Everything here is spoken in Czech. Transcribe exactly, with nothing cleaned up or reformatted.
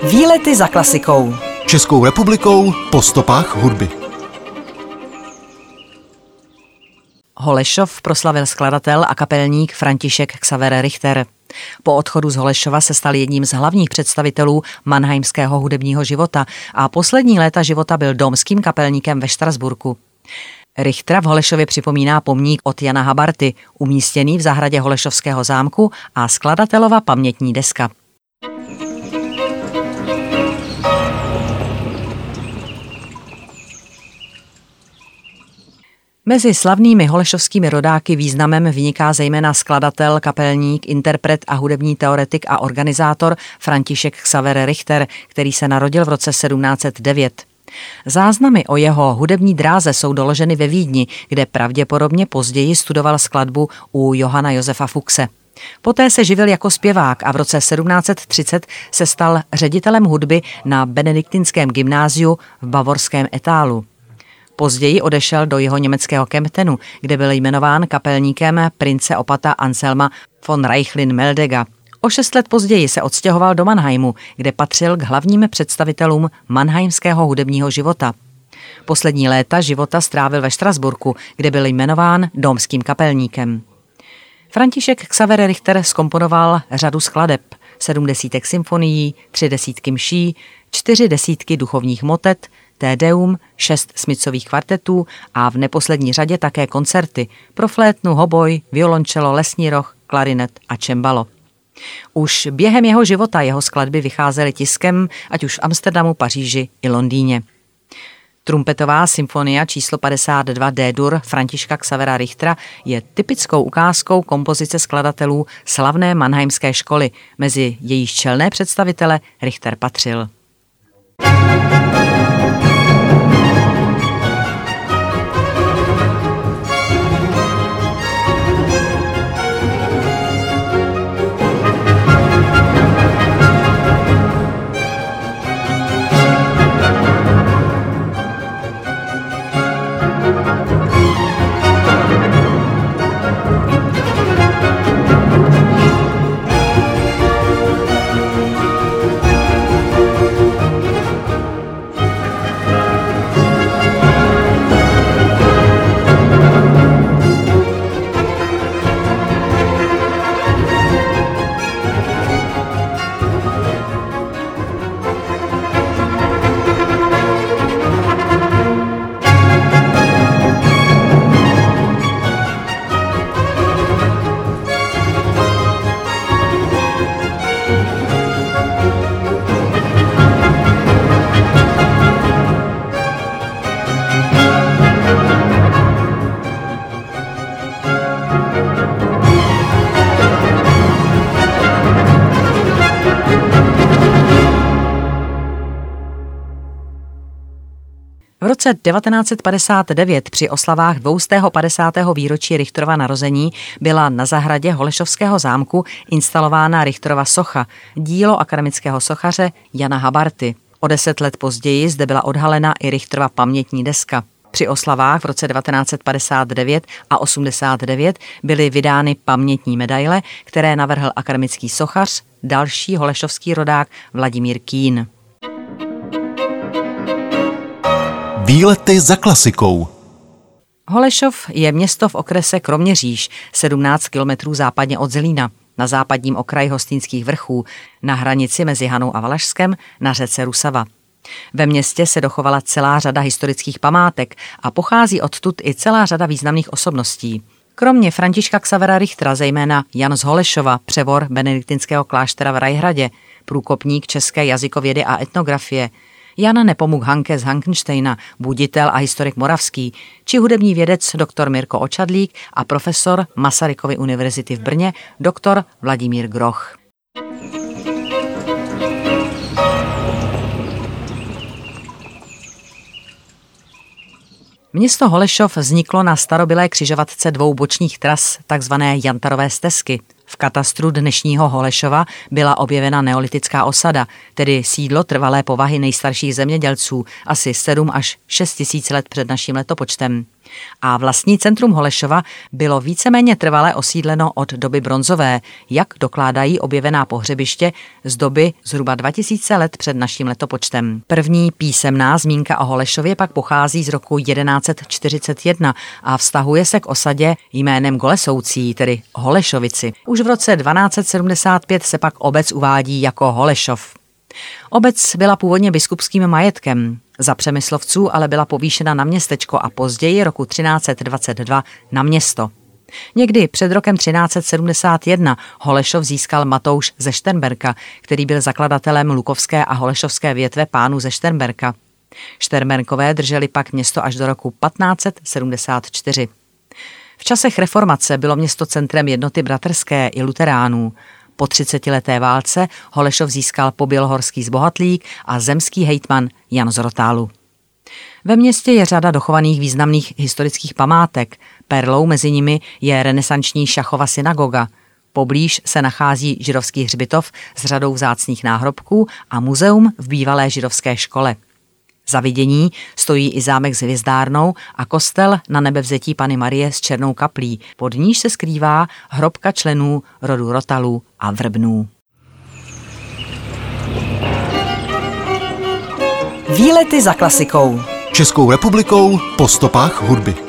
Výlety za klasikou. Českou republikou po stopách hudby. Holešov proslavil skladatel a kapelník František Xaver Richter. Po odchodu z Holešova se stal jedním z hlavních představitelů mannheimského hudebního života a poslední léta života byl domským kapelníkem ve Štrasburku. Richtera v Holešově připomíná pomník od Jana Habarty, umístěný v zahradě Holešovského zámku, a skladatelova pamětní deska. Mezi slavnými holešovskými rodáky významem vyniká zejména skladatel, kapelník, interpret a hudební teoretik a organizátor František Xaver Richter, který se narodil v roce sedmnáct set devět. Záznamy o jeho hudební dráze jsou doloženy ve Vídni, kde pravděpodobně později studoval skladbu u Johanna Josefa Fuchse. Poté se živil jako zpěvák a v roce sedmnáct set třicet se stal ředitelem hudby na benediktinském gymnáziu v bavorském Etálu. Později odešel do jeho německého Kemptenu, kde byl jmenován kapelníkem prince opata Anselma von Reichlin-Meldega. O šest let později se odstěhoval do Mannheimu, kde patřil k hlavním představitelům mannheimského hudebního života. Poslední léta života strávil ve Štrasburku, kde byl jmenován domským kapelníkem. František Xaver Richter zkomponoval řadu skladeb, sedm desítek symfonií, tři desítky mší, čtyři desítky duchovních motet, Te Deum, šest smycových kvartetů a v neposlední řadě také koncerty pro flétnu, hoboj, violončelo, lesní roh, klarinet a cembalo. Už během jeho života jeho skladby vycházely tiskem, ať už v Amsterdamu, Paříži i Londýně. Trumpetová symfonia číslo padesát dva D-dur Františka Xavera Richtera je typickou ukázkou kompozice skladatelů slavné mannheimské školy, mezi jejíž čelné představitele Richter patřil. V roce devatenáct set padesát devět při oslavách dvoustého padesátého výročí Richterova narození byla na zahradě Holešovského zámku instalována Richterova socha, dílo akademického sochaře Jana Habarty. O deset let později zde byla odhalena i Richterova pamětní deska. Při oslavách v roce devatenáct set padesát devět a osmdesát devět byly vydány pamětní medaile, které navrhl akademický sochař, další holešovský rodák Vladimír Kín. Výlety za klasikou. Holešov je město v okrese Kroměříž, sedmnáct kilometrů západně od Zlína, na západním okraji Hostýnských vrchů, na hranici mezi Hanou a Valašskem, na řece Rusava. Ve městě se dochovala celá řada historických památek a pochází odtud i celá řada významných osobností. Kromě Františka Xavera Richtera zejména Jan z Holešova, převor benediktinského kláštera v Rajhradě, průkopník české jazykovědy a etnografie, Jan Nepomuk Hanke z Hankensteina, buditel a historik moravský, či hudební vědec doktor Mirko Očadlík a profesor Masarykovy univerzity v Brně doktor Vladimír Groch. Město Holešov vzniklo na starobylé křižovatce dvou bočních tras, takzvané Jantarové stezky. V katastru dnešního Holešova byla objevena neolitická osada, tedy sídlo trvalé povahy nejstarších zemědělců, asi sedm až šest tisíc let před naším letopočtem. A vlastní centrum Holešova bylo víceméně trvale osídleno od doby bronzové, jak dokládají objevená pohřebiště z doby zhruba dva tisíce let před naším letopočtem. První písemná zmínka o Holešově pak pochází z roku jedenáct set čtyřicet jedna a vztahuje se k osadě jménem Golesoucí, tedy Holešovici. Už v roce dvanáct set sedmdesát pět se pak obec uvádí jako Holešov. Obec byla původně biskupským majetkem, za Přemyslovců ale byla povýšena na městečko a později roku třináct set dvacet dva na město. Někdy před rokem třináct set sedmdesát jedna Holešov získal Matouš ze Šternberka, který byl zakladatelem lukovské a holešovské větve pánů ze Šternberka. Šternberkové drželi pak město až do roku patnáct set sedmdesát čtyři. V časech reformace bylo město centrem jednoty bratrské i luteránů. Po třicetileté válce Holešov získal pobělohorský zbohatlík a zemský hejtman Jan z Rotálu. Ve městě je řada dochovaných významných historických památek. Perlou mezi nimi je renesanční Šachova synagoga. Poblíž se nachází židovský hřbitov s řadou vzácných náhrobků a muzeum v bývalé židovské škole. Za vidění stojí i zámek s hvězdárnou a kostel Na Nebevzetí Panny Marie s černou kaplí, pod níž se skrývá hrobka členů rodu Rotalů a Vrbnů. Výlety za klasikou. Českou republikou po stopách hudby.